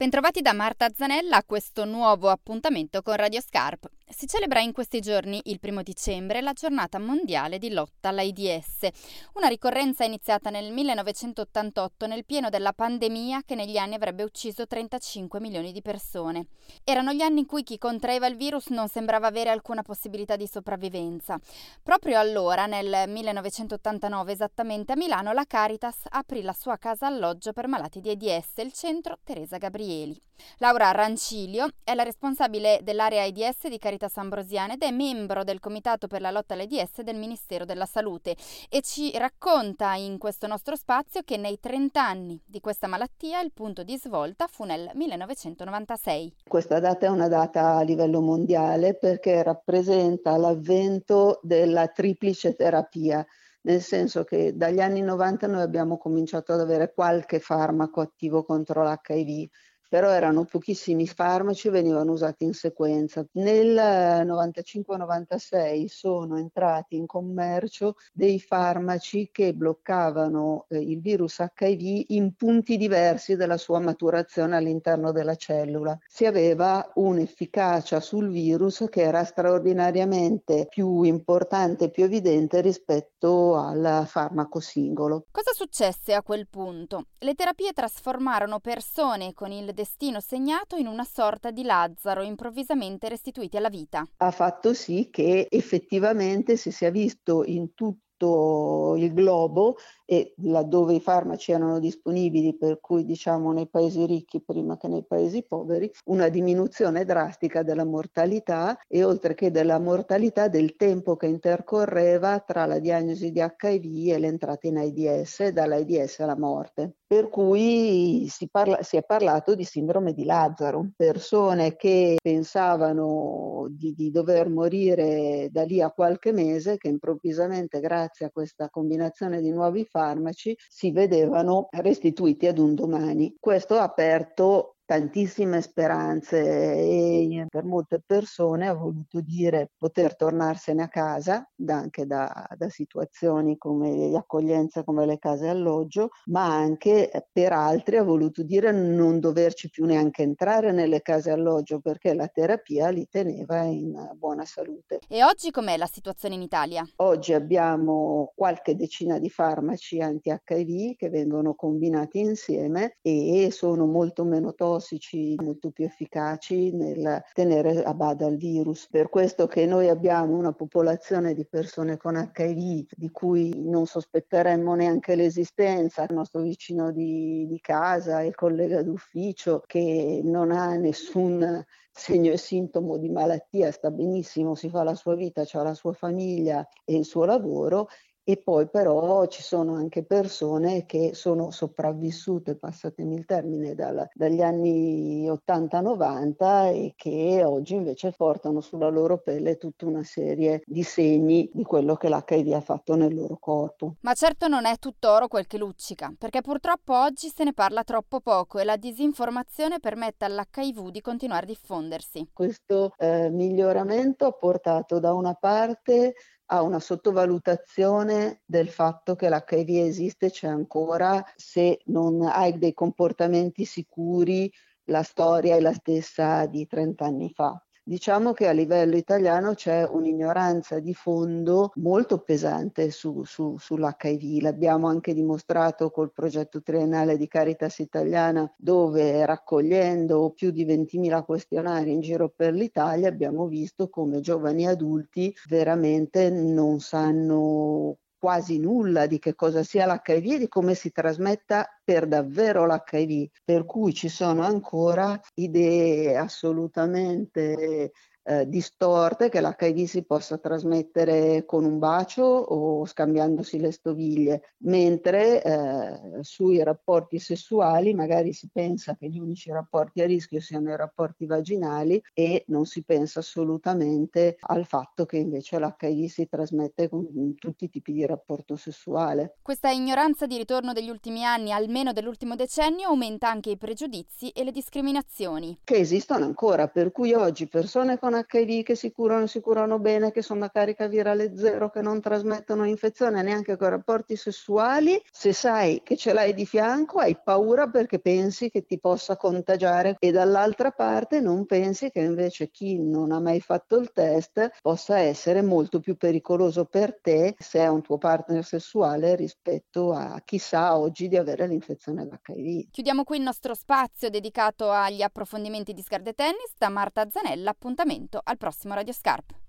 Bentrovati da Marta Zanella a questo nuovo appuntamento con Radio Scarp. Si celebra in questi giorni, il 1° dicembre, la giornata mondiale di lotta all'AIDS, una ricorrenza iniziata nel 1988 nel pieno della pandemia che negli anni avrebbe ucciso 35 milioni di persone. Erano gli anni in cui chi contraeva il virus non sembrava avere alcuna possibilità di sopravvivenza. Proprio allora, nel 1989 esattamente, a Milano la Caritas aprì la sua casa alloggio per malati di AIDS, il centro Teresa Gabrieli. Laura Rancilio è la responsabile dell'area AIDS di Caritas Ambrosiana ed è membro del Comitato per la lotta all'AIDS del Ministero della Salute e ci racconta in questo nostro spazio che nei 30 anni di questa malattia il punto di svolta fu nel 1996. Questa data è una data a livello mondiale perché rappresenta l'avvento della triplice terapia, nel senso che dagli anni 90 noi abbiamo cominciato ad avere qualche farmaco attivo contro l'HIV, però erano pochissimi farmaci e venivano usati in sequenza. Nel 95-96 sono entrati in commercio dei farmaci che bloccavano il virus HIV in punti diversi della sua maturazione all'interno della cellula. Si aveva un'efficacia sul virus che era straordinariamente più importante e più evidente rispetto al farmaco singolo. Cosa successe a quel punto? Le terapie trasformarono persone con il destino segnato in una sorta di Lazzaro improvvisamente restituiti alla vita. Ha fatto sì che effettivamente si sia visto in tutto il globo e laddove i farmaci erano disponibili, per cui diciamo nei paesi ricchi prima che nei paesi poveri, una diminuzione drastica della mortalità e oltre che della mortalità del tempo che intercorreva tra la diagnosi di HIV e l'entrata in AIDS e dall'AIDS alla morte. Per cui si è parlato di sindrome di Lazzaro, persone che pensavano di dover morire da lì a qualche mese, che improvvisamente grazie a questa combinazione di nuovi farmaci si vedevano restituiti ad un domani. Questo ha aperto tantissime speranze e per molte persone ha voluto dire poter tornarsene a casa, anche da situazioni come le accoglienze, come le case alloggio, ma anche per altri ha voluto dire non doverci più neanche entrare nelle case alloggio perché la terapia li teneva in buona salute. E oggi com'è la situazione in Italia? Oggi abbiamo qualche decina di farmaci anti-HIV che vengono combinati insieme e sono molto meno tossici, molto più efficaci nel tenere a bada il virus. Per questo che noi abbiamo una popolazione di persone con HIV di cui non sospetteremmo neanche l'esistenza, il nostro vicino di casa, il collega d'ufficio che non ha nessun segno e sintomo di malattia, sta benissimo, si fa la sua vita, ha la sua famiglia e il suo lavoro. E poi però ci sono anche persone che sono sopravvissute, passatemi il termine, dagli anni 80-90 e che oggi invece portano sulla loro pelle tutta una serie di segni di quello che l'HIV ha fatto nel loro corpo. Ma certo non è tutt'oro quel che luccica, perché purtroppo oggi se ne parla troppo poco e la disinformazione permette all'HIV di continuare a diffondersi. Questo miglioramento ha portato da una parte a una sottovalutazione del fatto che l'HIV esiste, c'è ancora, se non hai dei comportamenti sicuri, la storia è la stessa di 30 anni fa. Diciamo che a livello italiano c'è un'ignoranza di fondo molto pesante sull'HIV. L'abbiamo anche dimostrato col progetto triennale di Caritas Italiana, dove raccogliendo più di 20.000 questionari in giro per l'Italia abbiamo visto come giovani adulti veramente non sanno quasi nulla di che cosa sia l'HIV e di come si trasmetta per davvero l'HIV, per cui ci sono ancora idee assolutamente distorte che l'HIV si possa trasmettere con un bacio o scambiandosi le stoviglie, mentre sui rapporti sessuali magari si pensa che gli unici rapporti a rischio siano i rapporti vaginali e non si pensa assolutamente al fatto che invece l'HIV si trasmette con tutti i tipi di rapporto sessuale. Questa ignoranza di ritorno degli ultimi anni, almeno dell'ultimo decennio, aumenta anche i pregiudizi e le discriminazioni. Che esistono ancora, per cui oggi persone con con HIV, che si curano bene, che sono a carica virale zero, che non trasmettono infezione neanche con rapporti sessuali, se sai che ce l'hai di fianco hai paura perché pensi che ti possa contagiare, e dall'altra parte non pensi che invece chi non ha mai fatto il test possa essere molto più pericoloso per te se è un tuo partner sessuale rispetto a chi sa oggi di avere l'infezione all'HIV. Chiudiamo qui il nostro spazio dedicato agli approfondimenti di Sgardetennis. Da Marta Zanella, appuntamento al prossimo Radio Scarp.